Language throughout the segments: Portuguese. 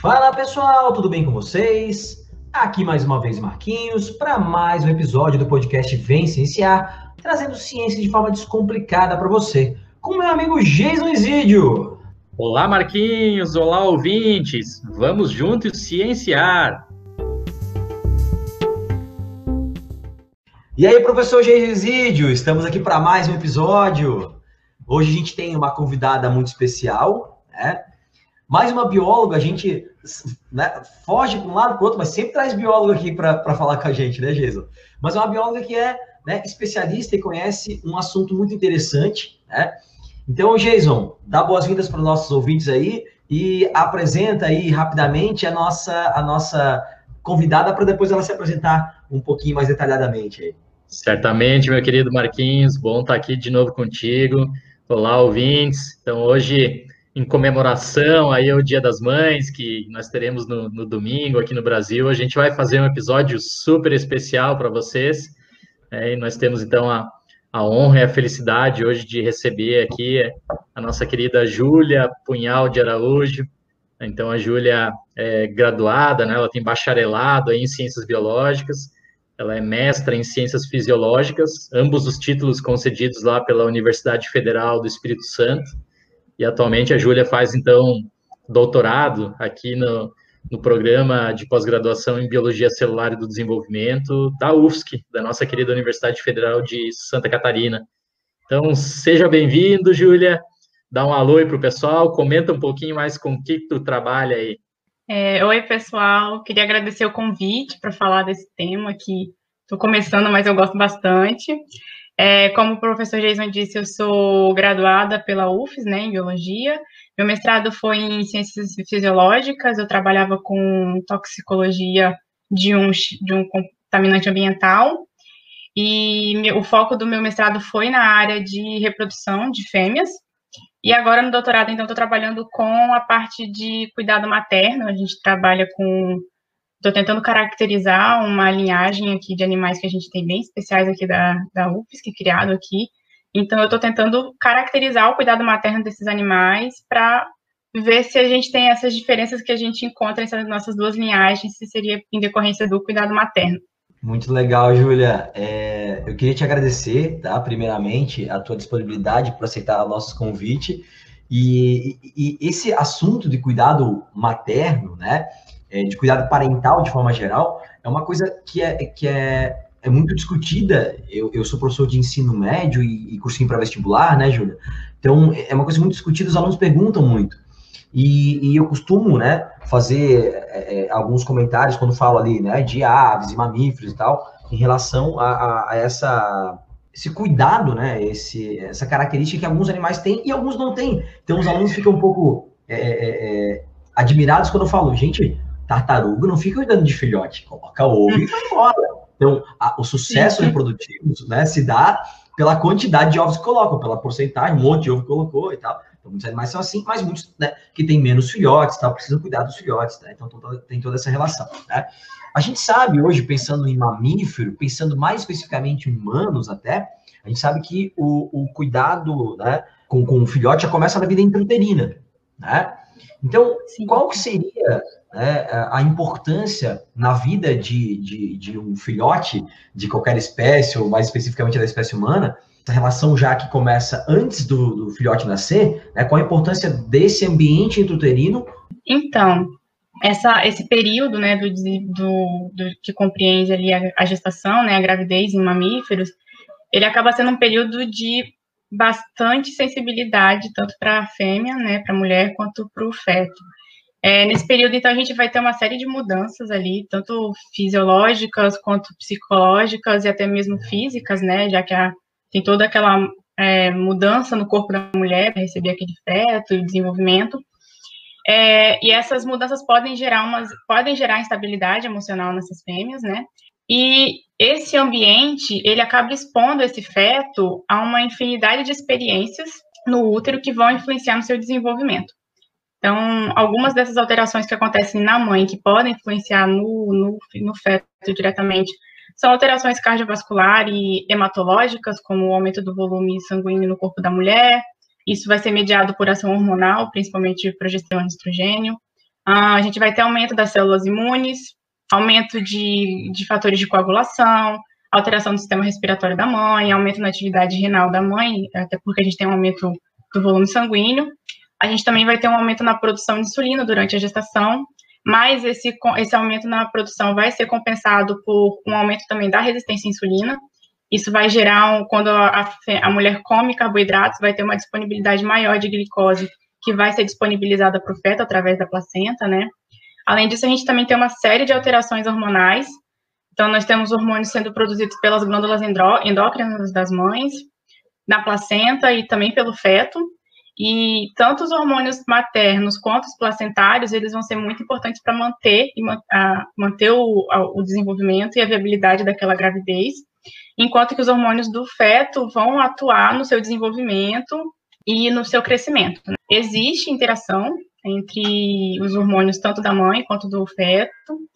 Fala pessoal, tudo bem com vocês? Aqui mais uma vez Marquinhos para mais um episódio do podcast Vem Cienciar, trazendo ciência de forma descomplicada para você, com meu amigo Jason Isidio. Olá Marquinhos, olá ouvintes, vamos juntos cienciar. E aí professor Jason Isidio, estamos aqui para mais um episódio. Hoje a gente tem uma convidada muito especial, né? Mais uma bióloga, a gente foge para um lado para o outro, mas sempre traz biólogo aqui para falar com a gente, né, Jason? Mas é uma bióloga que é especialista e conhece um assunto muito interessante, né? Então, Jason, dá boas-vindas para os nossos ouvintes aí e apresenta aí rapidamente a nossa convidada para depois ela se apresentar um pouquinho mais detalhadamente aí. Certamente, meu querido Marquinhos, bom estar aqui de novo contigo. Olá, ouvintes. Então, hoje, em comemoração aí ao Dia das Mães, que nós teremos no domingo aqui no Brasil, a gente vai fazer um episódio super especial para vocês. E nós temos, então, a honra e a felicidade hoje de receber aqui a nossa querida Júlia Punhal de Araújo. Então, a Júlia é graduada, né? Ela tem bacharelado em Ciências Biológicas, ela é mestra em Ciências Fisiológicas, ambos os títulos concedidos lá pela Universidade Federal do Espírito Santo, e atualmente a Júlia faz, então, doutorado aqui no programa de pós-graduação em Biologia Celular e do Desenvolvimento da UFSC, da nossa querida Universidade Federal de Santa Catarina. Então, seja bem-vindo, Júlia, dá um alô aí para o pessoal, comenta um pouquinho mais com o que tu trabalha aí. Oi, pessoal. Queria agradecer o convite para falar desse tema que estou começando, mas eu gosto bastante. Como o professor Jason disse, eu sou graduada pela UFES, né, em Biologia. Meu mestrado foi em Ciências Fisiológicas. Eu trabalhava com toxicologia de um contaminante ambiental. E o foco do meu mestrado foi na área de reprodução de fêmeas. E agora, no doutorado, então, estou trabalhando com a parte de cuidado materno. A gente trabalha com... Estou tentando caracterizar uma linhagem aqui de animais que a gente tem bem especiais aqui da UFSC, criado aqui. Então, eu estou tentando caracterizar o cuidado materno desses animais para ver se a gente tem essas diferenças que a gente encontra nessas nossas duas linhagens, se seria em decorrência do cuidado materno. Muito legal, Júlia. Eu queria te agradecer, tá? Primeiramente, a tua disponibilidade para aceitar o nosso convite. E esse assunto de cuidado materno, né? De cuidado parental de forma geral, é uma coisa que é muito discutida. Eu sou professor de ensino médio e cursinho para vestibular, né, Júlia? Então, é uma coisa muito discutida, os alunos perguntam muito. E eu costumo, né, fazer alguns comentários quando falo ali, né, de aves e mamíferos e tal, em relação a esse cuidado, né, essa característica que alguns animais têm e alguns não têm. Então, os alunos ficam um pouco admirados quando eu falo, gente, tartaruga não fica cuidando de filhote, coloca ovo e vai embora. Então, o sucesso reprodutivo, né, se dá pela quantidade de ovos que colocam, pela porcentagem, um monte de ovo que colocou e tal. Então, muitos animais são assim, mas muitos, né, que têm menos filhotes, tá, precisam cuidar dos filhotes, né? Então tem toda essa relação, né? A gente sabe hoje, pensando em mamífero, pensando mais especificamente em humanos até, a gente sabe que o cuidado, né, com o filhote já começa na vida intrauterina, né? Então, sim, qual que seria, né, a importância na vida de um filhote de qualquer espécie, ou mais especificamente da espécie humana, essa relação já que começa antes do filhote nascer, né, qual a importância desse ambiente intrauterino? Então, esse período, né, que compreende ali a gestação, né, a gravidez em mamíferos, ele acaba sendo um período de bastante sensibilidade, tanto para a fêmea, né, para a mulher, quanto para o feto. Nesse período, então, a gente vai ter uma série de mudanças ali, tanto fisiológicas, quanto psicológicas e até mesmo físicas, né, já que tem toda aquela mudança no corpo da mulher para receber aquele feto e o desenvolvimento. E essas mudanças podem gerar instabilidade emocional nessas fêmeas, né? E esse ambiente, ele acaba expondo esse feto a uma infinidade de experiências no útero que vão influenciar no seu desenvolvimento. Então, algumas dessas alterações que acontecem na mãe, que podem influenciar no feto diretamente, são alterações cardiovasculares e hematológicas, como o aumento do volume sanguíneo no corpo da mulher. Isso vai ser mediado por ação hormonal, principalmente progesterona e estrogênio. A gente vai ter aumento das células imunes, aumento de fatores de coagulação, alteração do sistema respiratório da mãe, aumento na atividade renal da mãe, até porque a gente tem um aumento do volume sanguíneo. A gente também vai ter um aumento na produção de insulina durante a gestação, mas esse aumento na produção vai ser compensado por um aumento também da resistência à insulina. Isso vai gerar, quando a mulher come carboidratos, vai ter uma disponibilidade maior de glicose, que vai ser disponibilizada para o feto através da placenta, né? Além disso, a gente também tem uma série de alterações hormonais. Então, nós temos hormônios sendo produzidos pelas glândulas endócrinas das mães, na placenta e também pelo feto. E tanto os hormônios maternos quanto os placentários, eles vão ser muito importantes para manter o desenvolvimento e a viabilidade daquela gravidez, enquanto que os hormônios do feto vão atuar no seu desenvolvimento e no seu crescimento. Existe interação entre os hormônios tanto da mãe quanto do feto,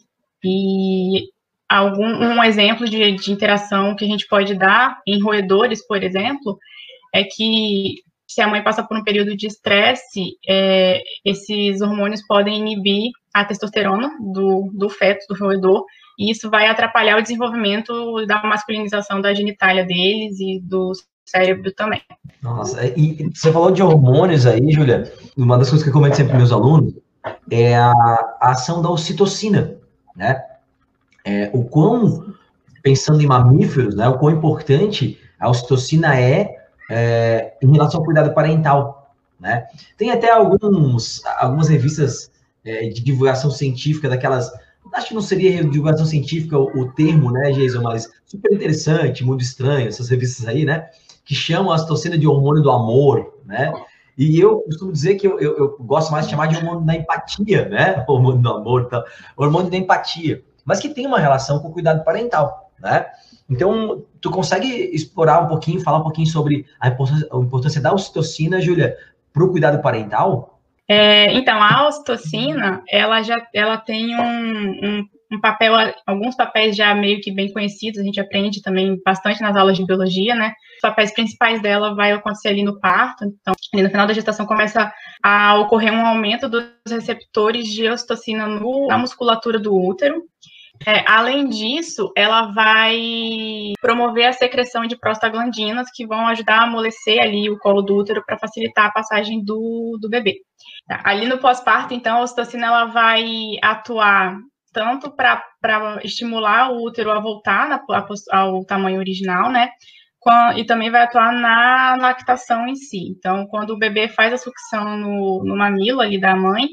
e um exemplo de interação que a gente pode dar em roedores, por exemplo, é que se a mãe passa por um período de estresse, esses hormônios podem inibir a testosterona do feto, do roedor, e isso vai atrapalhar o desenvolvimento da masculinização da genitália deles e do cérebro também. Nossa, e você falou de hormônios aí, Júlia. Uma das coisas que eu comento sempre para meus alunos é a ação da ocitocina, né? O quão, pensando em mamíferos, né, o quão importante a ocitocina é em relação ao cuidado parental, né? Tem até algumas revistas de divulgação científica, daquelas, acho que não seria divulgação científica o termo, né, Jason, mas super interessante, muito estranho, essas revistas aí, né, que chamam a ocitocina de hormônio do amor, né? E eu costumo dizer que eu gosto mais de chamar de hormônio da empatia, né? O hormônio do amor, então, hormônio da empatia, mas que tem uma relação com o cuidado parental, né? Então, tu consegue explorar um pouquinho, falar um pouquinho sobre a importância da ocitocina, Júlia, para o cuidado parental? Então, a ocitocina, ela tem um papel, alguns papéis já meio que bem conhecidos, a gente aprende também bastante nas aulas de biologia, né? Os papéis principais dela vai acontecer ali no parto, então, ali no final da gestação começa a ocorrer um aumento dos receptores de ocitocina na musculatura do útero. Além disso, ela vai promover a secreção de prostaglandinas que vão ajudar a amolecer ali o colo do útero para facilitar a passagem do bebê. Ali no pós-parto, então, a ocitocina ela vai atuar tanto para estimular o útero a voltar ao tamanho original, né? E também vai atuar na lactação em si. Então, quando o bebê faz a sucção no mamilo ali da mãe,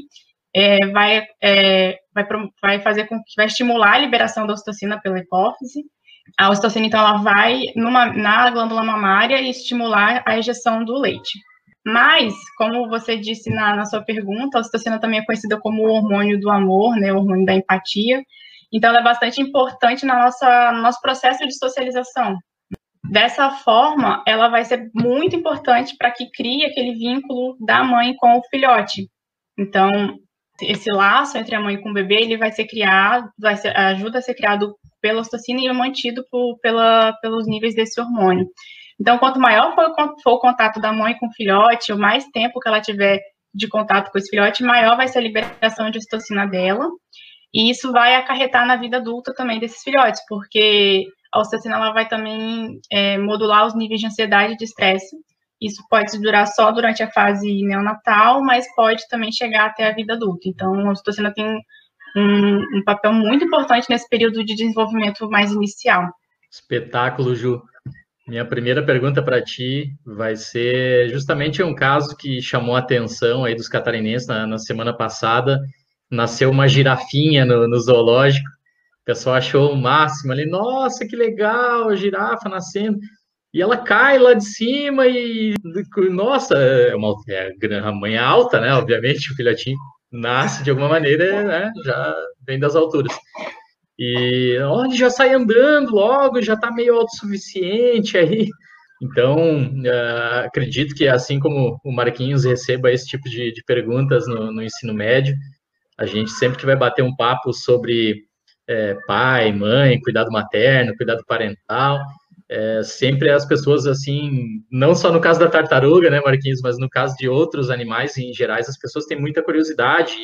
vai fazer com que vai estimular a liberação da ocitocina pela hipófise. A ocitocina, então, ela vai na glândula mamária e estimular a ejeção do leite. Mas, como você disse na sua pergunta, a ocitocina também é conhecida como o hormônio do amor, né, o hormônio da empatia. Então, ela é bastante importante no nosso processo de socialização. Dessa forma, ela vai ser muito importante para que crie aquele vínculo da mãe com o filhote. Então, esse laço entre a mãe com o bebê, ele vai ser criado, ajuda a ser criado pela ocitocina e mantido pelos níveis desse hormônio. Então, quanto maior for o contato da mãe com o filhote, o mais tempo que ela tiver de contato com esse filhote, maior vai ser a liberação de ocitocina dela, e isso vai acarretar na vida adulta também desses filhotes, porque a ocitocina ela vai também modular os níveis de ansiedade e de estresse. Isso pode durar só durante a fase neonatal, mas pode também chegar até a vida adulta. Então, a ocitocina tem um papel muito importante nesse período de desenvolvimento mais inicial. Espetáculo, Ju. Minha primeira pergunta para ti vai ser justamente um caso que chamou a atenção aí dos catarinenses na semana passada. Nasceu uma girafinha no zoológico. O pessoal achou o máximo ali. Nossa, que legal, girafa nascendo. E ela cai lá de cima e, nossa, a mãe é alta, né? Obviamente, o filhotinho nasce de alguma maneira, né? Já vem das alturas. E olha, já sai andando logo, já está meio autossuficiente aí. Então, acredito que assim como o Marquinhos receba esse tipo de perguntas no ensino médio, a gente sempre que vai bater um papo sobre pai, mãe, cuidado materno, cuidado parental, sempre as pessoas, assim, não só no caso da tartaruga, né, Marquinhos, mas no caso de outros animais em gerais, as pessoas têm muita curiosidade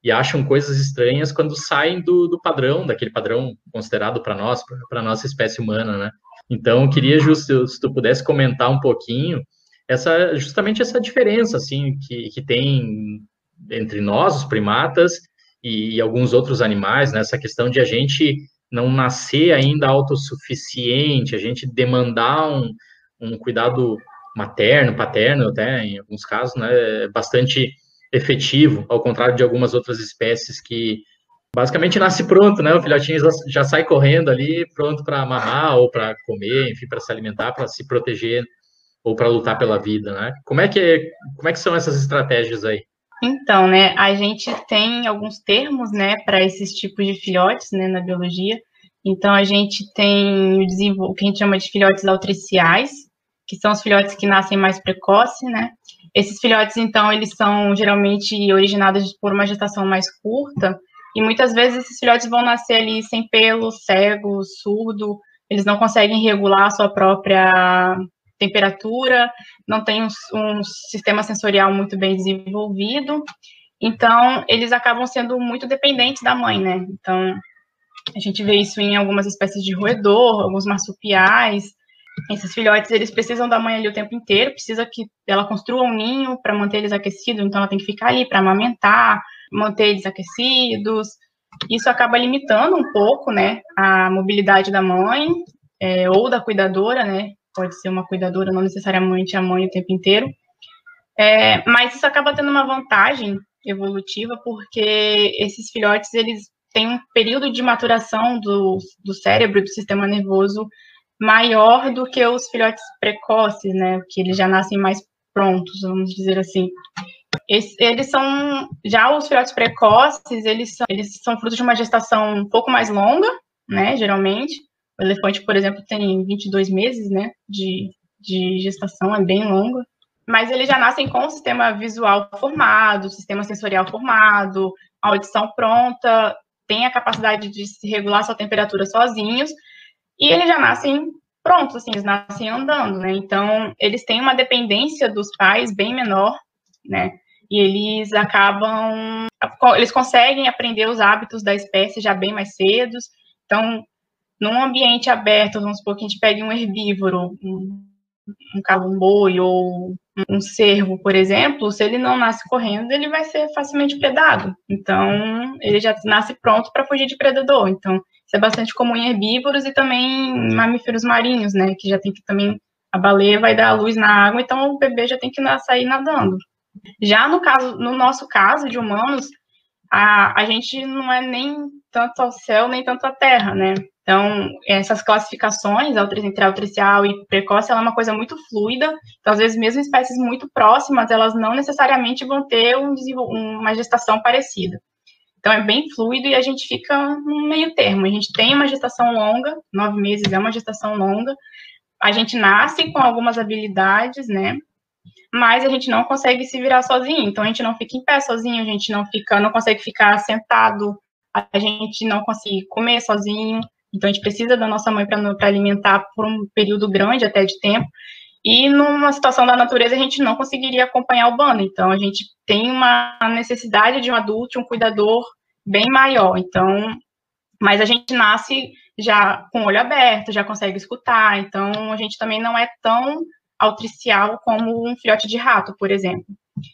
e acham coisas estranhas quando saem do padrão, daquele padrão considerado para nós, para a nossa espécie humana, né? Então, queria se tu pudesse comentar um pouquinho justamente essa diferença, assim, que tem entre nós, os primatas, e alguns outros animais, né? Essa questão de a gente não nascer ainda autossuficiente, a gente demandar um cuidado materno, paterno, até, em alguns casos, né? Bastante efetivo, ao contrário de algumas outras espécies que basicamente nasce pronto, né? O filhotinho já sai correndo ali, pronto para mamar ou para comer, enfim, para se alimentar, para se proteger ou para lutar pela vida, né? Como é que são essas estratégias aí? Então, né, a gente tem alguns termos, né, para esses tipos de filhotes, né, na biologia. Então, a gente tem o que a gente chama de filhotes altriciais, que são os filhotes que nascem mais precoce, né? Esses filhotes, então, eles são geralmente originados por uma gestação mais curta, e muitas vezes esses filhotes vão nascer ali sem pelo, cego, surdo, eles não conseguem regular a sua própria temperatura, não tem um sistema sensorial muito bem desenvolvido, então eles acabam sendo muito dependentes da mãe, né? Então, a gente vê isso em algumas espécies de roedor, alguns marsupiais. Esses filhotes, eles precisam da mãe ali o tempo inteiro, precisa que ela construa um ninho para manter eles aquecidos, então ela tem que ficar ali para amamentar, manter eles aquecidos. Isso acaba limitando um pouco, né, a mobilidade da mãe, ou da cuidadora, né, pode ser uma cuidadora, não necessariamente a mãe o tempo inteiro, mas isso acaba tendo uma vantagem evolutiva, porque esses filhotes, eles têm um período de maturação do cérebro e do sistema nervoso maior do que os filhotes precoces, né, que eles já nascem mais prontos, vamos dizer assim. Eles são, já os filhotes precoces, eles são frutos de uma gestação um pouco mais longa, né, geralmente. O elefante, por exemplo, tem 22 meses, né, de gestação, é bem longa. Mas eles já nascem com o sistema visual formado, o sistema sensorial formado, a audição pronta, tem a capacidade de se regular sua temperatura sozinhos, e eles já nascem prontos, assim, eles nascem andando, né? Então, eles têm uma dependência dos pais bem menor, né? E eles conseguem aprender os hábitos da espécie já bem mais cedo. Então, num ambiente aberto, vamos supor que a gente pegue um herbívoro, um boi ou um cervo, por exemplo, se ele não nasce correndo, ele vai ser facilmente predado. Então, ele já nasce pronto para fugir de predador. Então, isso é bastante comum em herbívoros e também em mamíferos marinhos, né, que já tem que também, a baleia vai dar a luz na água, então o bebê já tem que sair nadando. Já no nosso caso de humanos, a gente não é nem tanto ao céu, nem tanto à terra, né? Então, essas classificações, entre altricial e precoce, ela é uma coisa muito fluida. Então, às vezes, mesmo espécies muito próximas, elas não necessariamente vão ter uma gestação parecida. Então, é bem fluido e a gente fica no meio termo. A gente tem uma gestação longa, 9 meses é uma gestação longa. A gente nasce com algumas habilidades, né? Mas a gente não consegue se virar sozinho. Então, a gente não fica em pé sozinho, a gente não consegue ficar sentado, a gente não consegue comer sozinho. Então, a gente precisa da nossa mãe para alimentar por um período grande até de tempo. E numa situação da natureza, a gente não conseguiria acompanhar o bando. Então, a gente tem uma necessidade de um adulto, um cuidador bem maior. Então, mas a gente nasce já com o olho aberto, já consegue escutar. Então, a gente também não é tão altricial como um filhote de rato, por exemplo.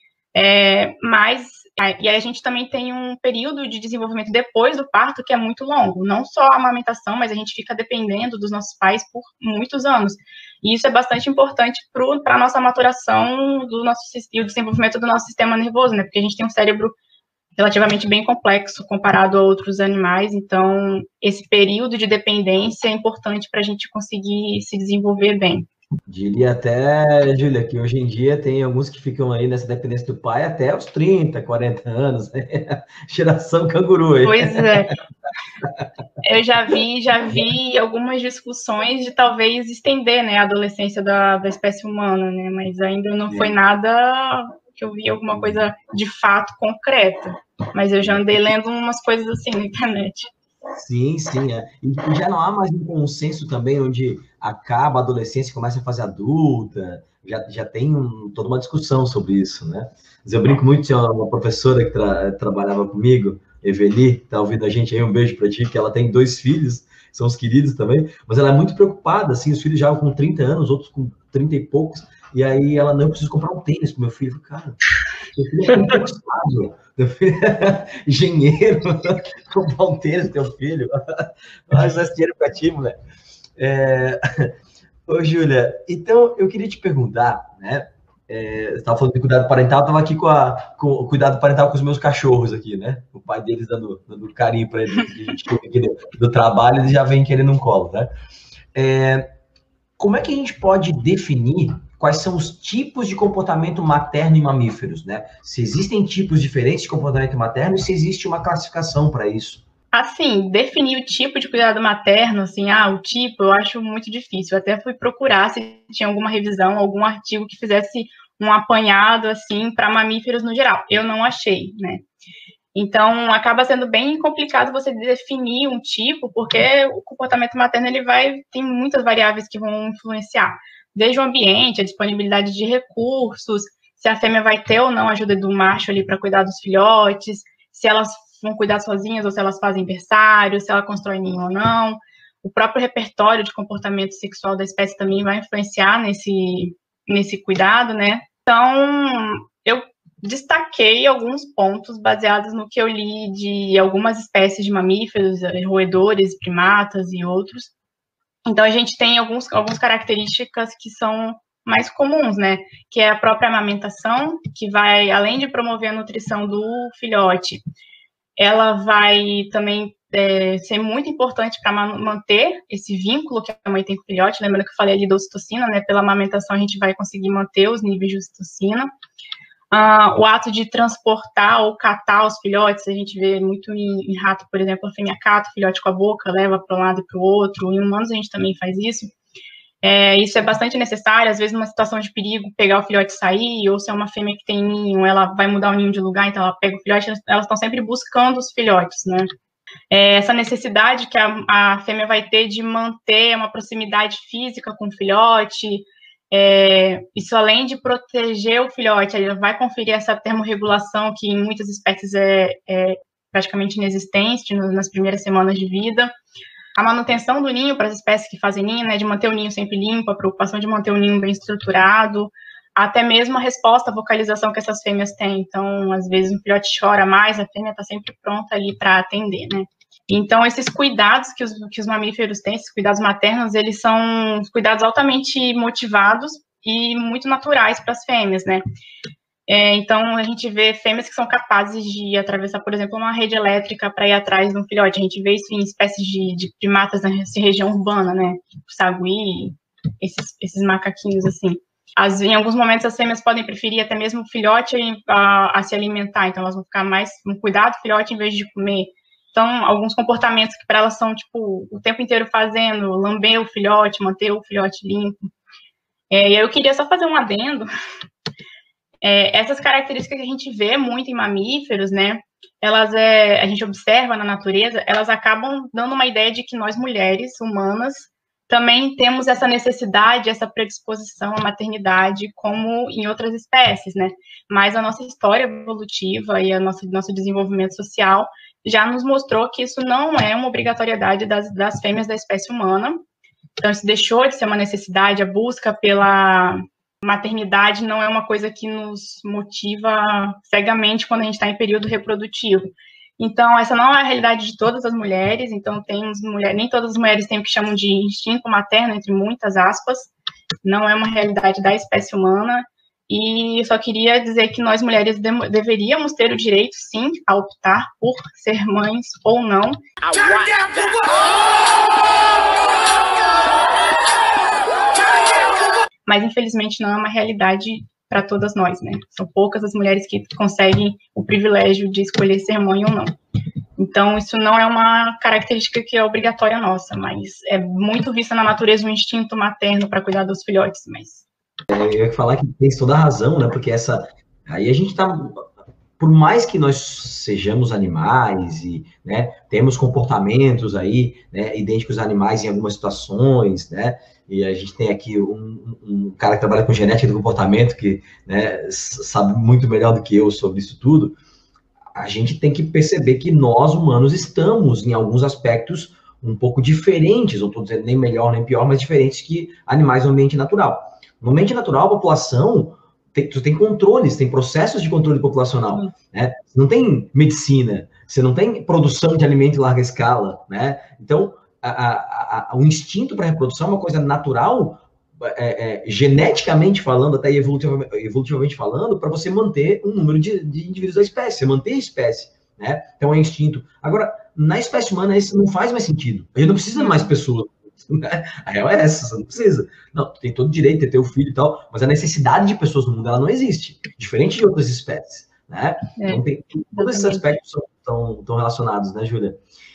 E aí a gente também tem um período de desenvolvimento depois do parto que é muito longo. Não só a amamentação, mas a gente fica dependendo dos nossos pais por muitos anos. E isso é bastante importante para a nossa maturação e o desenvolvimento do nosso sistema nervoso, né? Porque a gente tem um cérebro relativamente bem complexo comparado a outros animais. Então, esse período de dependência é importante para a gente conseguir se desenvolver bem. Diria até, Júlia, que hoje em dia tem alguns que ficam aí nessa dependência do pai até os 30, 40 anos, né? Geração canguru aí. Pois é. Eu já vi algumas discussões de talvez estender, né, a adolescência da espécie humana, né? Mas ainda não foi nada que eu vi alguma coisa de fato concreta. Mas eu já andei lendo umas coisas assim na internet. Sim, sim, é. E já não há mais um consenso também onde acaba a adolescência e começa a fase adulta. já tem toda uma discussão sobre isso, né? Mas eu brinco muito, tinha uma professora que trabalhava comigo, Eveli, tá ouvindo a gente aí, um beijo para ti, que ela tem 2 filhos, são os queridos também, mas ela é muito preocupada, assim, os filhos já com 30 anos, outros com 30 e poucos, e aí ela, não, eu preciso comprar um tênis pro meu filho. Cara, meu filho é concursado, meu filho é engenheiro, comprar um tênis pro teu filho, mas esse dinheiro pra ti, moleque. Ô, Júlia, então eu queria te perguntar, né? Você estava falando de cuidado parental, eu estava aqui com o cuidado parental com os meus cachorros aqui, né? O pai deles dando carinho para eles, que a gente chega aqui do trabalho, eles já vêm querendo um colo, né? Como é que a gente pode definir quais são os tipos de comportamento materno em mamíferos, né? Se existem tipos diferentes de comportamento materno e se existe uma classificação para isso? Assim, definir o tipo de cuidado materno, assim, o tipo, eu acho muito difícil. Eu até fui procurar se tinha alguma revisão, algum artigo que fizesse um apanhado, assim, para mamíferos no geral. Eu não achei, né? Então, acaba sendo bem complicado você definir um tipo, porque o comportamento materno, tem muitas variáveis que vão influenciar. Desde o ambiente, a disponibilidade de recursos, se a fêmea vai ter ou não a ajuda do macho ali para cuidar dos filhotes, se elas vão cuidar sozinhas ou se elas fazem berçário, se ela constrói ninho ou não. O próprio repertório de comportamento sexual da espécie também vai influenciar nesse cuidado, né? Então, eu destaquei alguns pontos baseados no que eu li de algumas espécies de mamíferos, roedores, primatas e outros. Então, a gente tem algumas características que são mais comuns, né? Que é a própria amamentação, que vai, além de promover a nutrição do filhote, ela vai também ser muito importante para manter esse vínculo que a mãe tem com o filhote. Lembrando que eu falei ali da ocitocina, né? Pela amamentação a gente vai conseguir manter os níveis de ocitocina. O ato de transportar ou catar os filhotes, a gente vê muito em rato, por exemplo, a fêmea cata o filhote com a boca, leva para um lado e para o outro. Em humanos a gente também faz isso. Isso é bastante necessário, às vezes numa situação de perigo, pegar o filhote e sair, ou se é uma fêmea que tem ninho, ela vai mudar o ninho de lugar, então ela pega o filhote, elas estão sempre buscando os filhotes, né? Essa necessidade que a fêmea vai ter de manter uma proximidade física com o filhote, isso além de proteger o filhote, ela vai conferir essa termorregulação que em muitas espécies é praticamente inexistente nas primeiras semanas de vida. A manutenção do ninho para as espécies que fazem ninho, né, de manter o ninho sempre limpo, a preocupação de manter o ninho bem estruturado, até mesmo a resposta à vocalização que essas fêmeas têm. Então, às vezes, um filhote chora mais, a fêmea está sempre pronta ali para atender, né? Então, esses cuidados que os mamíferos têm, esses cuidados maternos, eles são cuidados altamente motivados e muito naturais para as fêmeas, né? Então, a gente vê fêmeas que são capazes de atravessar, por exemplo, uma rede elétrica para ir atrás de um filhote. A gente vê isso em espécies de primatas nessa região urbana, né? Tipo, sagui, esses macaquinhos, assim. Em alguns momentos, as fêmeas podem preferir até mesmo o filhote a se alimentar. Então, elas vão ficar mais no cuidado do filhote em vez de comer. Então, alguns comportamentos que para elas são, tipo, o tempo inteiro fazendo, lamber o filhote, manter o filhote limpo. E eu queria só fazer um adendo. Essas características que a gente vê muito em mamíferos, né, a gente observa na natureza, elas acabam dando uma ideia de que nós, mulheres humanas, também temos essa necessidade, essa predisposição à maternidade, como em outras espécies, né, mas a nossa história evolutiva e nosso desenvolvimento social já nos mostrou que isso não é uma obrigatoriedade das fêmeas da espécie humana. Então, isso deixou de ser uma necessidade, a busca pela maternidade não é uma coisa que nos motiva cegamente quando a gente está em período reprodutivo. Então, essa não é a realidade de todas as mulheres, então nem todas as mulheres têm o que chamam de instinto materno, entre muitas aspas, não é uma realidade da espécie humana, e eu só queria dizer que nós mulheres deveríamos ter o direito, sim, a optar por ser mães ou não. Mas, infelizmente, não é uma realidade para todas nós, né? São poucas as mulheres que conseguem o privilégio de escolher ser mãe ou não. Então, isso não é uma característica que é obrigatória nossa, mas é muito vista na natureza um instinto materno para cuidar dos filhotes, mas... Eu ia falar que tem toda a razão, né? Porque aí a gente está por mais que nós sejamos animais e, né, temos comportamentos aí, né, idênticos a animais em algumas situações, né, e a gente tem aqui um cara que trabalha com genética do comportamento, que, né, sabe muito melhor do que eu sobre isso tudo. A gente tem que perceber que nós, humanos, estamos, em alguns aspectos, um pouco diferentes, não estou dizendo nem melhor nem pior, mas diferentes que animais no ambiente natural. No ambiente natural, a população, tu tem controles, tem processos de controle populacional, né? Não tem medicina, você não tem produção de alimento em larga escala, né? Então, o instinto para reprodução é uma coisa natural, geneticamente falando, até evolutivamente falando, para você manter um número de indivíduos da espécie, você manter a espécie, né? Então é instinto. Agora, na espécie humana, isso não faz mais sentido. A gente não precisa de mais pessoas. Né? A real é essa, você não precisa. Não, tu tem todo o direito de ter o filho e tal, mas a necessidade de pessoas no mundo, ela não existe, diferente de outras espécies, né? Então, todos esses aspectos estão relacionados, né, Júlia?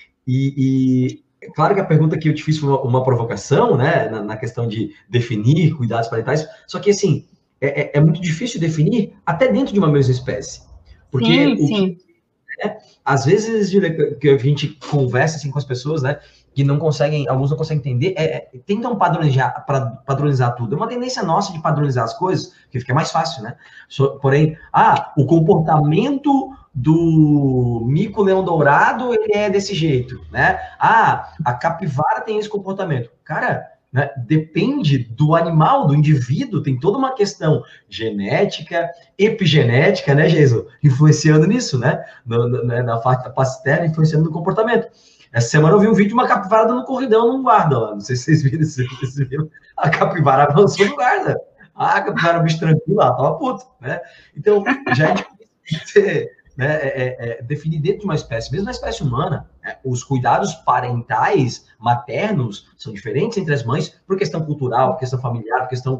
E é claro que a pergunta que eu te fiz foi uma provocação, né, na questão de definir cuidados parentais, só que, assim, é muito difícil definir até dentro de uma mesma espécie. Porque sim. Às vezes, Júlia, que a gente conversa assim, com as pessoas, né, que não conseguem, alguns não conseguem entender, tentam padronizar tudo. É uma tendência nossa de padronizar as coisas, que fica mais fácil, né? Porém, o comportamento do mico-leão-dourado, ele é desse jeito, né? A capivara tem esse comportamento. Cara, né, depende do animal, do indivíduo, tem toda uma questão genética, epigenética, né, Jesus? Influenciando nisso, né? Na face externa, influenciando no comportamento. Essa semana eu vi um vídeo de uma capivara dando corridão num guarda lá. Não sei se vocês viram. A capivara avançou no guarda. A capivara, bicho tranquilo lá, tava puto, né? Então, já é difícil definir dentro de uma espécie, mesmo na espécie humana, os cuidados parentais, maternos, são diferentes entre as mães por questão cultural, por questão familiar, por questão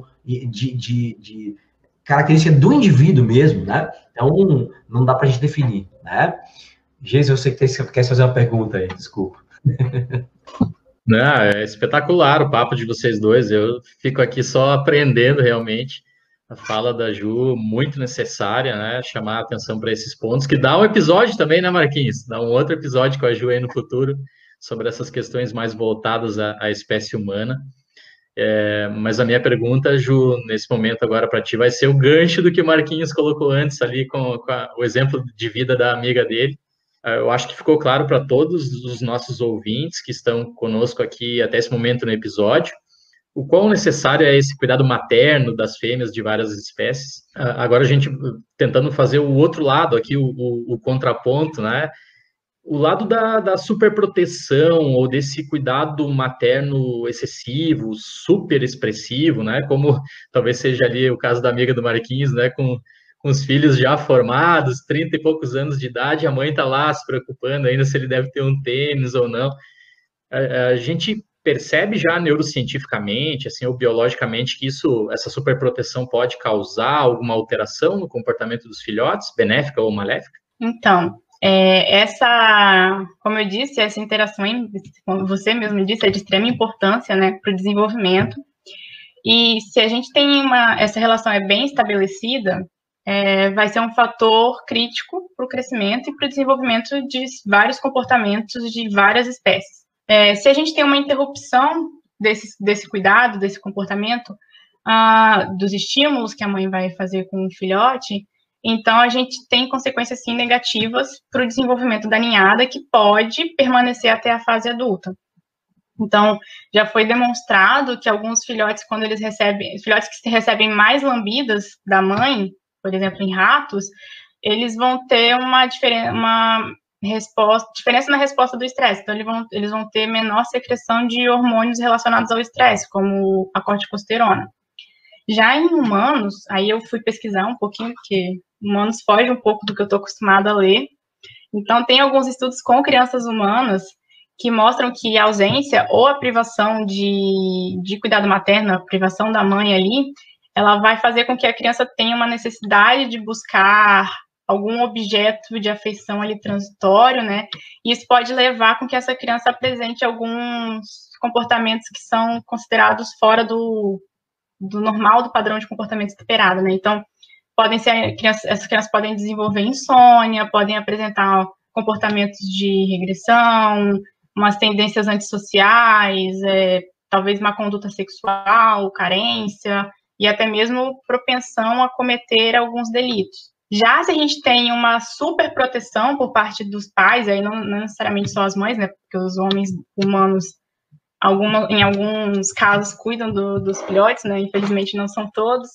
de característica do indivíduo mesmo, né? Então, não dá pra gente definir, né? Geis, eu sei que você quer fazer uma pergunta aí, desculpa. Não, é espetacular o papo de vocês dois, eu fico aqui só aprendendo realmente. A fala da Ju, muito necessária, né? Chamar a atenção para esses pontos, que dá um episódio também, né, Marquinhos? Dá um outro episódio com a Ju aí no futuro, sobre essas questões mais voltadas à espécie humana. Mas a minha pergunta, Ju, nesse momento agora para ti, vai ser o gancho do que o Marquinhos colocou antes ali, com o exemplo de vida da amiga dele. Eu acho que ficou claro para todos os nossos ouvintes que estão conosco aqui até esse momento no episódio, o quão necessário é esse cuidado materno das fêmeas de várias espécies. Agora a gente tentando fazer o outro lado aqui, o contraponto, né? O lado da superproteção ou desse cuidado materno excessivo, super expressivo, né? Como talvez seja ali o caso da amiga do Marquinhos, né? Com os filhos já formados, 30 e poucos anos de idade, a mãe está lá se preocupando ainda se ele deve ter um tênis ou não. A gente percebe já neurocientificamente, assim, ou biologicamente, que essa superproteção pode causar alguma alteração no comportamento dos filhotes, benéfica ou maléfica? Então, como eu disse, essa interação, como você mesmo disse, é de extrema importância, né, para o desenvolvimento. E se a gente tem essa relação bem estabelecida, vai ser um fator crítico para o crescimento e para o desenvolvimento de vários comportamentos de várias espécies. Se a gente tem uma interrupção desse cuidado, desse comportamento, dos estímulos que a mãe vai fazer com o filhote, então a gente tem consequências, sim, negativas para o desenvolvimento da ninhada, que pode permanecer até a fase adulta. Então, já foi demonstrado que alguns filhotes, quando eles filhotes que recebem mais lambidas da mãe, por exemplo, em ratos, eles vão ter uma diferença na resposta do estresse. Então, eles vão ter menor secreção de hormônios relacionados ao estresse, como a corticosterona. Já em humanos, aí eu fui pesquisar um pouquinho, porque humanos foge um pouco do que eu estou acostumada a ler. Então, tem alguns estudos com crianças humanas que mostram que a ausência ou a privação de cuidado materno, a privação da mãe ali, ela vai fazer com que a criança tenha uma necessidade de buscar algum objeto de afeição ali transitório, né? E isso pode levar com que essa criança apresente alguns comportamentos que são considerados fora do normal, do padrão de comportamento esperado, né? Então, essas crianças podem desenvolver insônia, podem apresentar comportamentos de regressão, umas tendências antissociais, talvez má conduta sexual, carência, e até mesmo propensão a cometer alguns delitos. Já se a gente tem uma super proteção por parte dos pais, aí não necessariamente só as mães, né, porque os homens humanos, em alguns casos, cuidam dos filhotes, né, infelizmente não são todos.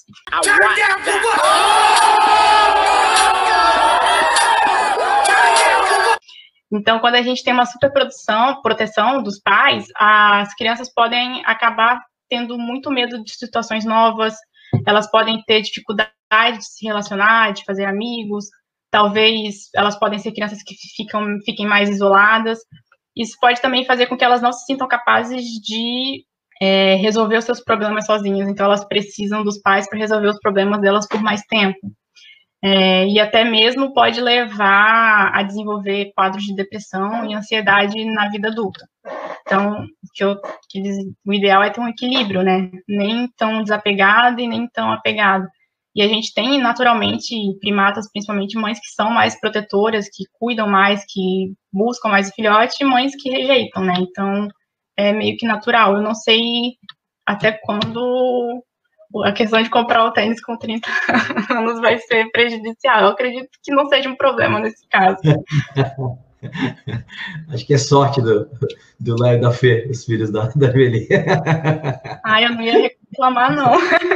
Então, quando a gente tem uma super proteção dos pais, as crianças podem acabar tendo muito medo de situações novas, elas podem ter dificuldade de se relacionar, de fazer amigos, talvez elas podem ser crianças que fiquem mais isoladas. Isso pode também fazer com que elas não se sintam capazes de resolver os seus problemas sozinhas, então elas precisam dos pais para resolver os problemas delas por mais tempo. E até mesmo pode levar a desenvolver quadros de depressão e ansiedade na vida adulta. Então, o ideal é ter um equilíbrio, né? Nem tão desapegado e nem tão apegado. E a gente tem, naturalmente, primatas, principalmente mães que são mais protetoras, que cuidam mais, que buscam mais o filhote, e mães que rejeitam, né? Então, é meio que natural. Eu não sei até quando a questão de comprar o tênis com 30 anos vai ser prejudicial. Eu acredito que não seja um problema nesse caso. Acho que é sorte do Léo e da Fê, os filhos da Eveli. Eu não ia reclamar, não.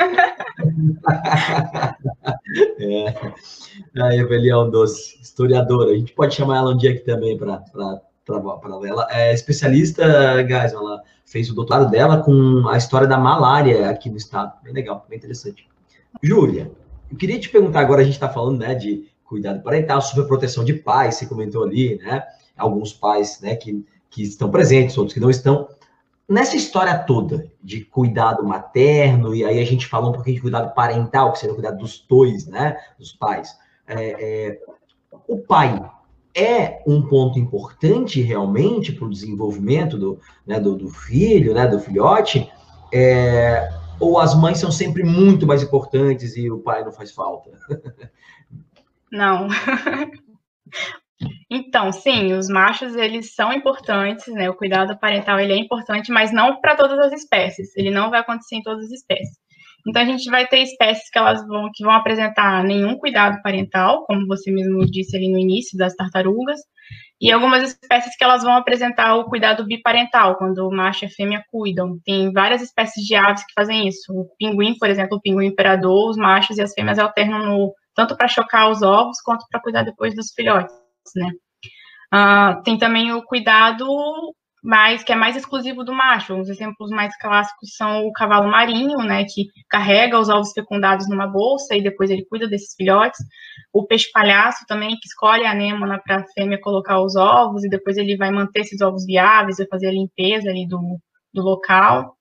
A Eveli é um doce, historiadora. A gente pode chamar ela um dia aqui também para ela. É especialista, guys, ela fez o doutorado dela com a história da malária aqui no estado. Bem legal, bem interessante. Júlia, eu queria te perguntar agora, a gente está falando, né, de cuidado parental, superproteção de pais, você comentou ali, né? Alguns pais, né, que estão presentes, outros que não estão. Nessa história toda de cuidado materno, e aí a gente falou um pouquinho de cuidado parental, que seria o cuidado dos dois, né, dos pais. O pai é um ponto importante realmente para o desenvolvimento do filho, né, do filhote, ou as mães são sempre muito mais importantes e o pai não faz falta? Não. Então, sim, os machos, eles são importantes, né? O cuidado parental, ele é importante, mas não para todas as espécies. Ele não vai acontecer em todas as espécies. Então, a gente vai ter espécies que vão apresentar nenhum cuidado parental, como você mesmo disse ali no início, das tartarugas, e algumas espécies que elas vão apresentar o cuidado biparental, quando o macho e a fêmea cuidam. Tem várias espécies de aves que fazem isso. O pinguim, por exemplo, o pinguim imperador, os machos e as fêmeas alternam tanto para chocar os ovos, quanto para cuidar depois dos filhotes, né? Tem também o cuidado que é mais exclusivo do macho. Os exemplos mais clássicos são o cavalo marinho, né, que carrega os ovos fecundados numa bolsa e depois ele cuida desses filhotes. O peixe-palhaço também, que escolhe a anêmona para a fêmea colocar os ovos e depois ele vai manter esses ovos viáveis, vai fazer a limpeza ali do local.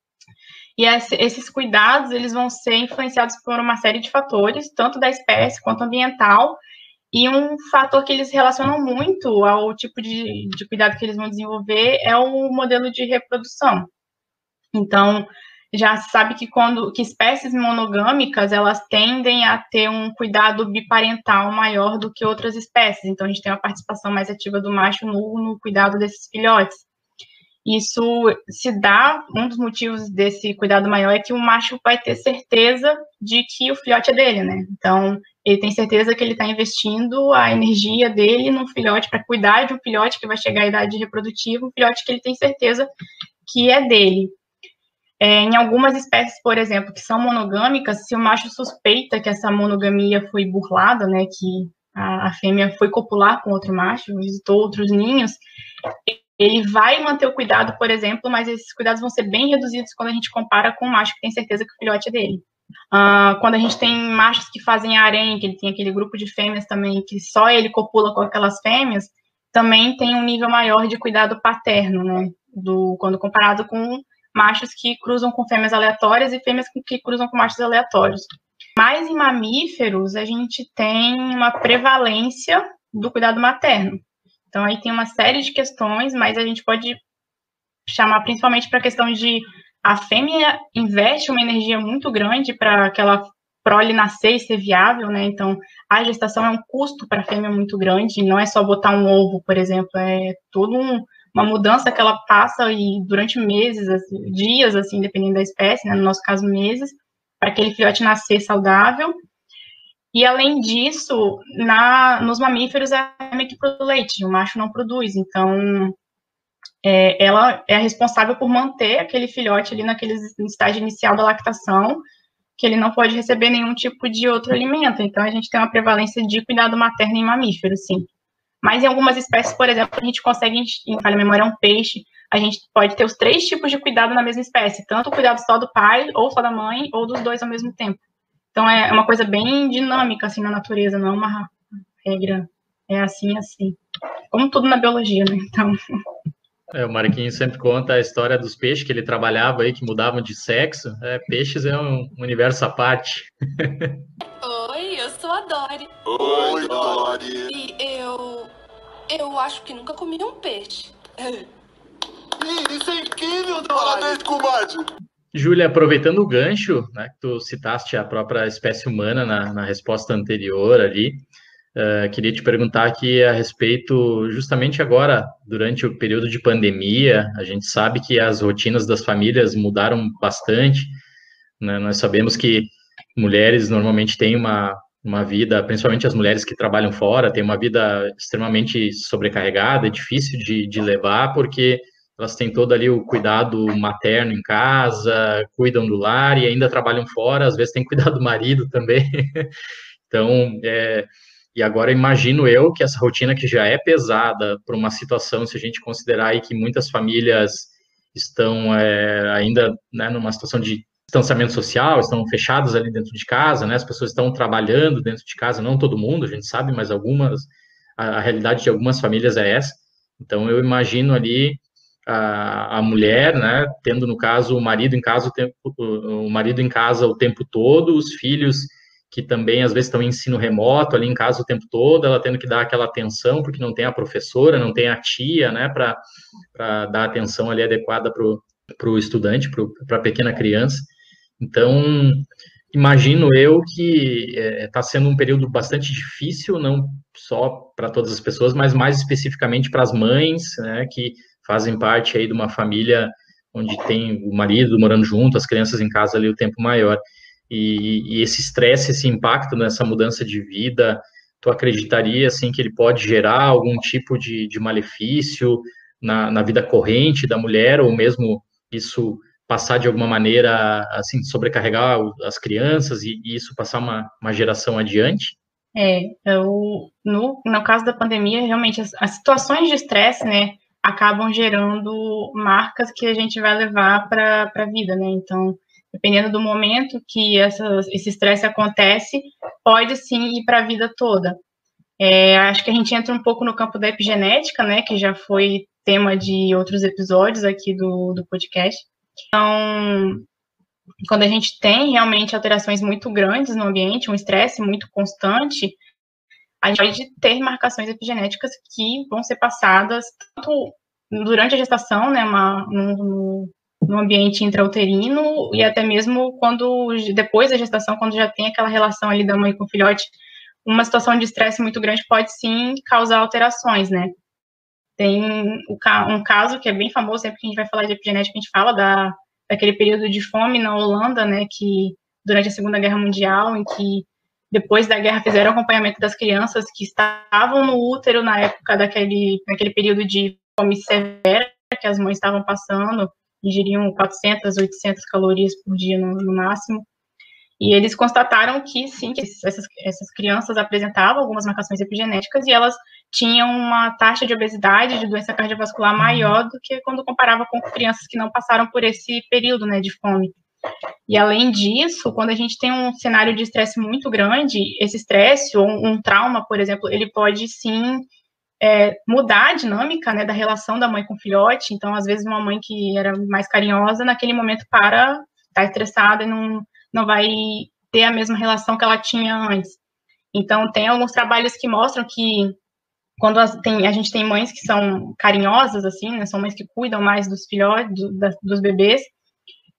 E esses cuidados, eles vão ser influenciados por uma série de fatores, tanto da espécie quanto ambiental, e um fator que eles relacionam muito ao tipo de cuidado que eles vão desenvolver é o modelo de reprodução. Então, já se sabe que espécies monogâmicas, elas tendem a ter um cuidado biparental maior do que outras espécies. Então, a gente tem uma participação mais ativa do macho no cuidado desses filhotes. Isso se dá, um dos motivos desse cuidado maior é que o macho vai ter certeza de que o filhote é dele, né? Então, ele tem certeza que ele está investindo a energia dele num filhote, para cuidar de um filhote que vai chegar à idade reprodutiva, um filhote que ele tem certeza que é dele. Em algumas espécies, por exemplo, que são monogâmicas, se o macho suspeita que essa monogamia foi burlada, né, que a fêmea foi copular com outro macho, visitou outros ninhos, ele vai manter o cuidado, por exemplo, mas esses cuidados vão ser bem reduzidos quando a gente compara com o macho que tem certeza que o filhote é dele. Quando a gente tem machos que fazem harém, que ele tem aquele grupo de fêmeas também, que só ele copula com aquelas fêmeas, também tem um nível maior de cuidado paterno, né, quando comparado com machos que cruzam com fêmeas aleatórias e fêmeas que cruzam com machos aleatórios. Mas em mamíferos, a gente tem uma prevalência do cuidado materno. Então, aí tem uma série de questões, mas a gente pode chamar principalmente para a questão de a fêmea investe uma energia muito grande para que ela prole nascer e ser viável, né? Então, a gestação é um custo para a fêmea muito grande, não é só botar um ovo, por exemplo, é toda uma mudança que ela passa e durante meses, assim, dias, assim, dependendo da espécie, né? No nosso caso, meses, para aquele filhote nascer saudável. E, além disso, nos mamíferos, a fêmea que produz leite, o macho não produz, então ela é a responsável por manter aquele filhote ali no estágio inicial da lactação, que ele não pode receber nenhum tipo de outro alimento. Então, a gente tem uma prevalência de cuidado materno em mamíferos, sim. Mas em algumas espécies, por exemplo, a gente consegue, em falha memória, um peixe, a gente pode ter os 3 tipos de cuidado na mesma espécie, tanto o cuidado só do pai, ou só da mãe, ou dos 2 ao mesmo tempo. Então, é uma coisa bem dinâmica, assim, na natureza, não é uma regra, é assim, assim. Como tudo na biologia, né? Então... O Marquinhos sempre conta a história dos peixes que ele trabalhava aí, que mudavam de sexo. Peixes é um universo à parte. Oi, eu sou a Dory. Oi, Dory. E eu acho que nunca comi um peixe. Isso é incrível, Dory. Parabéns, comadre. Júlia, aproveitando o gancho, né, que tu citaste a própria espécie humana na resposta anterior ali, queria te perguntar aqui a respeito, justamente agora, durante o período de pandemia, a gente sabe que as rotinas das famílias mudaram bastante, né? Nós sabemos que mulheres normalmente têm uma vida, principalmente as mulheres que trabalham fora, têm uma vida extremamente sobrecarregada, é difícil de levar, porque elas têm todo ali o cuidado materno em casa, cuidam do lar e ainda trabalham fora, às vezes têm que cuidar do marido também. Então, e agora imagino eu que essa rotina que já é pesada por uma situação, se a gente considerar aí que muitas famílias estão ainda, né, numa situação de distanciamento social, estão fechadas ali dentro de casa, né, as pessoas estão trabalhando dentro de casa, não todo mundo, a gente sabe, mas a realidade de algumas famílias é essa. Então, eu imagino ali a mulher, né, tendo, no caso, o marido em casa o tempo todo, os filhos que também, às vezes, estão em ensino remoto, ali em casa o tempo todo, ela tendo que dar aquela atenção, porque não tem a professora, não tem a tia, né, para dar a atenção ali adequada para o estudante, para a pequena criança. Então, imagino eu que está sendo um período bastante difícil, não só para todas as pessoas, mas mais especificamente para as mães, né, que fazem parte aí de uma família onde tem o marido morando junto, as crianças em casa ali o tempo maior. E esse estresse, esse impacto nessa mudança de vida, tu acreditaria, assim, que ele pode gerar algum tipo de malefício na vida corrente da mulher, ou mesmo isso passar de alguma maneira, assim, sobrecarregar as crianças e isso passar uma geração adiante? No caso da pandemia, realmente, as situações de estresse, né, acabam gerando marcas que a gente vai levar para a vida, né, então, dependendo do momento que esse estresse acontece, pode sim ir para a vida toda. Acho que a gente entra um pouco no campo da epigenética, né, que já foi tema de outros episódios aqui do podcast. Então, quando a gente tem realmente alterações muito grandes no ambiente, um estresse muito constante, a gente pode ter marcações epigenéticas que vão ser passadas tanto durante a gestação, né, no ambiente intrauterino, e até mesmo depois da gestação, quando já tem aquela relação ali da mãe com o filhote, uma situação de estresse muito grande pode sim causar alterações, né? Tem um caso que é bem famoso, sempre que a gente vai falar de epigenética, a gente fala daquele período de fome na Holanda, né, que durante a Segunda Guerra Mundial, em que depois da guerra fizeram acompanhamento das crianças que estavam no útero na época naquele período de fome severa que as mães estavam passando, ingeriam 400, 800 calorias por dia no máximo, e eles constataram que, sim, que essas crianças apresentavam algumas marcações epigenéticas e elas tinham uma taxa de obesidade, de doença cardiovascular maior do que quando comparava com crianças que não passaram por esse período, né, de fome. E, além disso, quando a gente tem um cenário de estresse muito grande, esse estresse ou um trauma, por exemplo, ele pode, sim, mudar a dinâmica, né, da relação da mãe com o filhote. Então, às vezes, uma mãe que era mais carinhosa, naquele momento tá estressada e não vai ter a mesma relação que ela tinha antes. Então, tem alguns trabalhos que mostram que quando a gente tem mães que são carinhosas, assim, né, são mães que cuidam mais dos filhotes, dos bebês,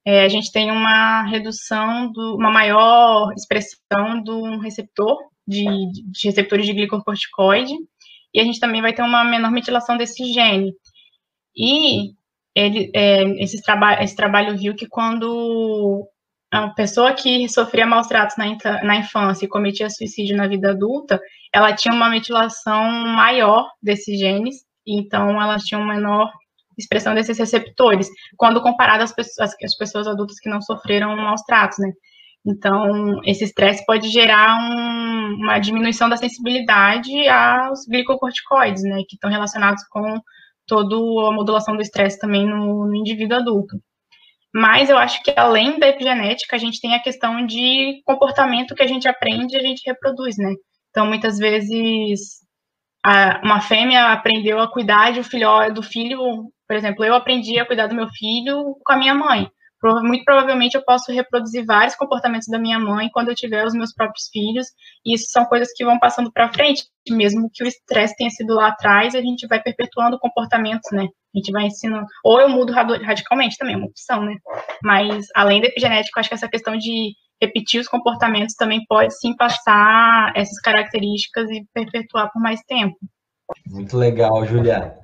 a gente tem uma redução, uma maior expressão do receptor, de receptores de glicocorticoide, e a gente também vai ter uma menor metilação desse gene. E esse trabalho viu que quando a pessoa que sofria maus tratos na infância e cometia suicídio na vida adulta, ela tinha uma metilação maior desses genes, então elas tinham menor expressão desses receptores, quando comparado às pessoas adultas que não sofreram maus tratos, né? Então, esse estresse pode gerar uma diminuição da sensibilidade aos glicocorticoides, né, que estão relacionados com toda a modulação do estresse também no indivíduo adulto. Mas eu acho que, além da epigenética, a gente tem a questão de comportamento que a gente aprende e a gente reproduz, né? Então, muitas vezes, uma fêmea aprendeu a cuidar do filho, por exemplo, eu aprendi a cuidar do meu filho com a minha mãe. Muito provavelmente eu posso reproduzir vários comportamentos da minha mãe quando eu tiver os meus próprios filhos, e isso são coisas que vão passando para frente, mesmo que o estresse tenha sido lá atrás, a gente vai perpetuando comportamentos, né? A gente vai ensinando, ou eu mudo radicalmente também, é uma opção, né? Mas, além da epigenética, eu acho que essa questão de repetir os comportamentos também pode, sim, passar essas características e perpetuar por mais tempo. Muito legal, Júlia.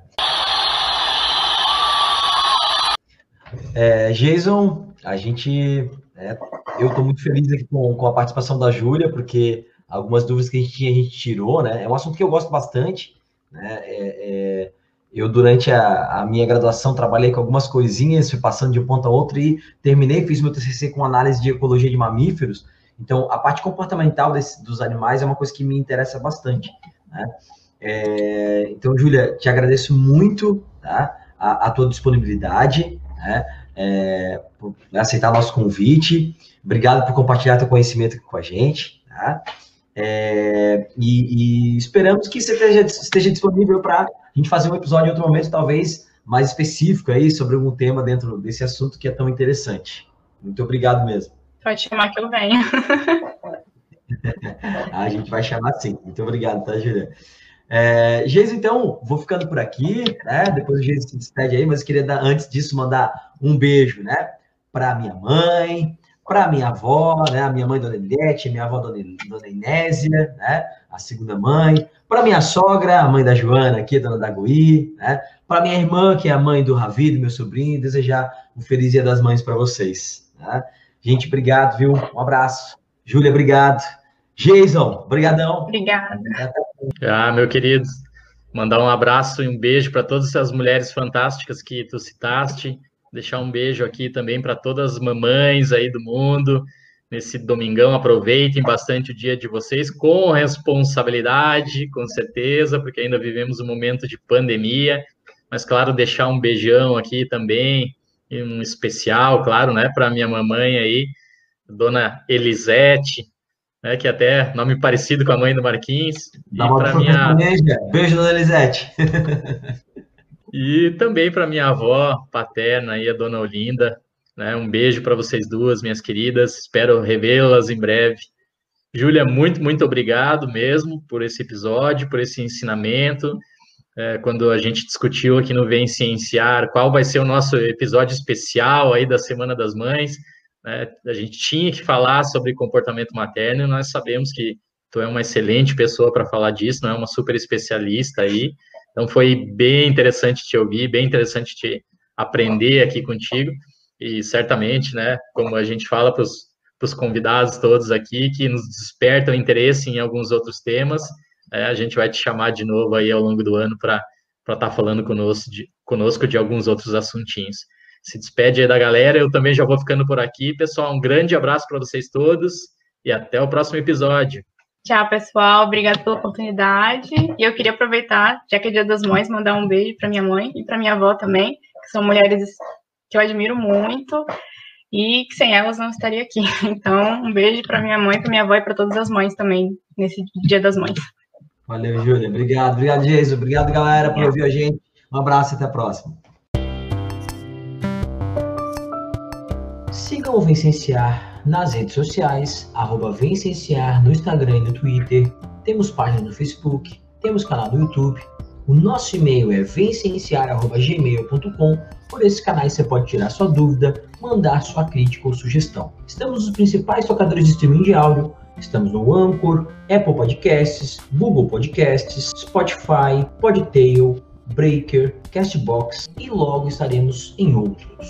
Jason, eu estou muito feliz aqui com a participação da Júlia, porque algumas dúvidas que a gente tirou, né? É um assunto que eu gosto bastante, né? Eu, durante a minha graduação, trabalhei com algumas coisinhas, fui passando de um ponto a outro e terminei, fiz meu TCC com análise de ecologia de mamíferos. Então, a parte comportamental dos animais é uma coisa que me interessa bastante, né? Então, Júlia, te agradeço muito, tá? A tua disponibilidade, né? Por aceitar nosso convite. Obrigado por compartilhar teu conhecimento aqui com a gente, tá? E esperamos que você esteja disponível para a gente fazer um episódio em outro momento, talvez mais específico aí, sobre algum tema dentro desse assunto que é tão interessante. Muito obrigado mesmo. Pode chamar que eu venho. A gente vai chamar sim. Muito obrigado, tá, Júlia? Geis, então, vou ficando por aqui, né? Depois o Geis se despede aí, mas eu queria, antes disso, mandar um beijo, né? Para minha mãe, para minha avó, né? A minha mãe, Dona Eliette, minha avó, Dona Inésia, né? A segunda mãe, para minha sogra, a mãe da Joana aqui, Dona Dagoí, né? Para minha irmã, que é a mãe do Ravi, do meu sobrinho, desejar um feliz Dia das Mães para vocês, né? Gente, obrigado, viu? Um abraço. Júlia, obrigado. Jason, brigadão. Obrigada. Meu querido, mandar um abraço e um beijo para todas essas mulheres fantásticas que tu citaste, deixar um beijo aqui também para todas as mamães aí do mundo, nesse domingão, aproveitem bastante o dia de vocês, com responsabilidade, com certeza, porque ainda vivemos um momento de pandemia, mas, claro, deixar um beijão aqui também, e um especial, claro, né, para minha mamãe aí, Dona Elisete, né, que até nome parecido com a mãe do Marquinhos. Dá uma para minha beijo, Dona Elisete. E também para minha avó paterna aí, a Dona Olinda, né? Um beijo para vocês duas, minhas queridas. Espero revê-las em breve. Júlia, muito, muito obrigado mesmo por esse episódio, por esse ensinamento. Quando a gente discutiu aqui no Vem Cienciar qual vai ser o nosso episódio especial aí da Semana das Mães, a gente tinha que falar sobre comportamento materno, e nós sabemos que tu é uma excelente pessoa para falar disso, não é uma super especialista aí, então foi bem interessante te ouvir, bem interessante te aprender aqui contigo, e certamente, né, como a gente fala para os convidados todos aqui, que nos despertam interesse em alguns outros temas, a gente vai te chamar de novo aí ao longo do ano para estar falando conosco de alguns outros assuntinhos. Se despede aí da galera, eu também já vou ficando por aqui. Pessoal, um grande abraço para vocês todos e até o próximo episódio. Tchau, pessoal. Obrigada pela oportunidade. E eu queria aproveitar, já que é Dia das Mães, mandar um beijo para minha mãe e para minha avó também, que são mulheres que eu admiro muito e que sem elas não estaria aqui. Então, um beijo para minha mãe, para minha avó e para todas as mães também, nesse Dia das Mães. Valeu, Júlia. Obrigado. Obrigado, Jesus. Obrigado, galera, por ouvir a gente. Um abraço e até a próxima. Sigam o Vem Cienciar nas redes sociais, @Vem Cienciar no Instagram e no Twitter. Temos página no Facebook, temos canal no YouTube. O nosso e-mail é vencenciar@gmail.com. Por esses canais você pode tirar sua dúvida, mandar sua crítica ou sugestão. Estamos nos principais tocadores de streaming de áudio. Estamos no Anchor, Apple Podcasts, Google Podcasts, Spotify, Podtail, Breaker, Castbox e logo estaremos em outros.